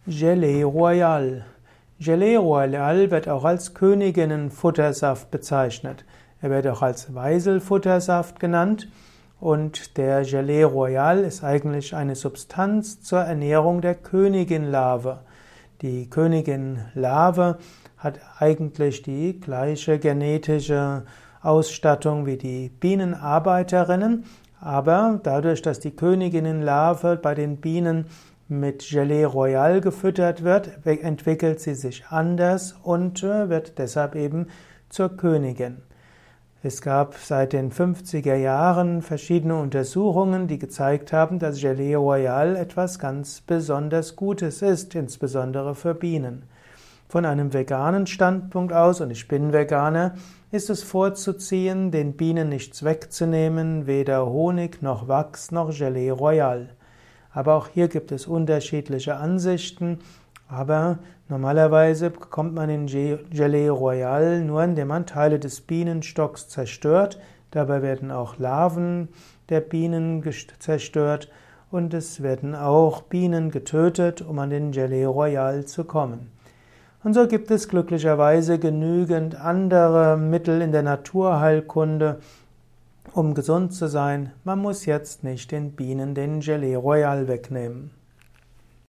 Gelee Royal. Gelee Royal wird auch als Königinnenfuttersaft bezeichnet. Er wird auch als Weiselfuttersaft genannt und der Gelee Royal ist eigentlich eine Substanz zur Ernährung der Königin-Larve. Die Königin-Larve hat eigentlich die gleiche genetische Ausstattung wie die Bienenarbeiterinnen, aber dadurch, dass die Königinnenlarve bei den Bienen mit Gelee Royal gefüttert wird, entwickelt sie sich anders und wird deshalb eben zur Königin. Es gab seit den 50er Jahren verschiedene Untersuchungen, die gezeigt haben, dass Gelee Royal etwas ganz besonders Gutes ist, insbesondere für Bienen. Von einem veganen Standpunkt aus, und ich bin Veganer, ist es vorzuziehen, den Bienen nichts wegzunehmen, weder Honig noch Wachs noch Gelee Royal. Aber auch hier gibt es unterschiedliche Ansichten. Aber normalerweise bekommt man den Gelee Royal nur, indem man Teile des Bienenstocks zerstört. Dabei werden auch Larven der Bienen zerstört und es werden auch Bienen getötet, um an den Gelee Royal zu kommen. Und so gibt es glücklicherweise genügend andere Mittel in der Naturheilkunde, um gesund zu sein. Man muss jetzt nicht den Bienen den Gelee Royal wegnehmen.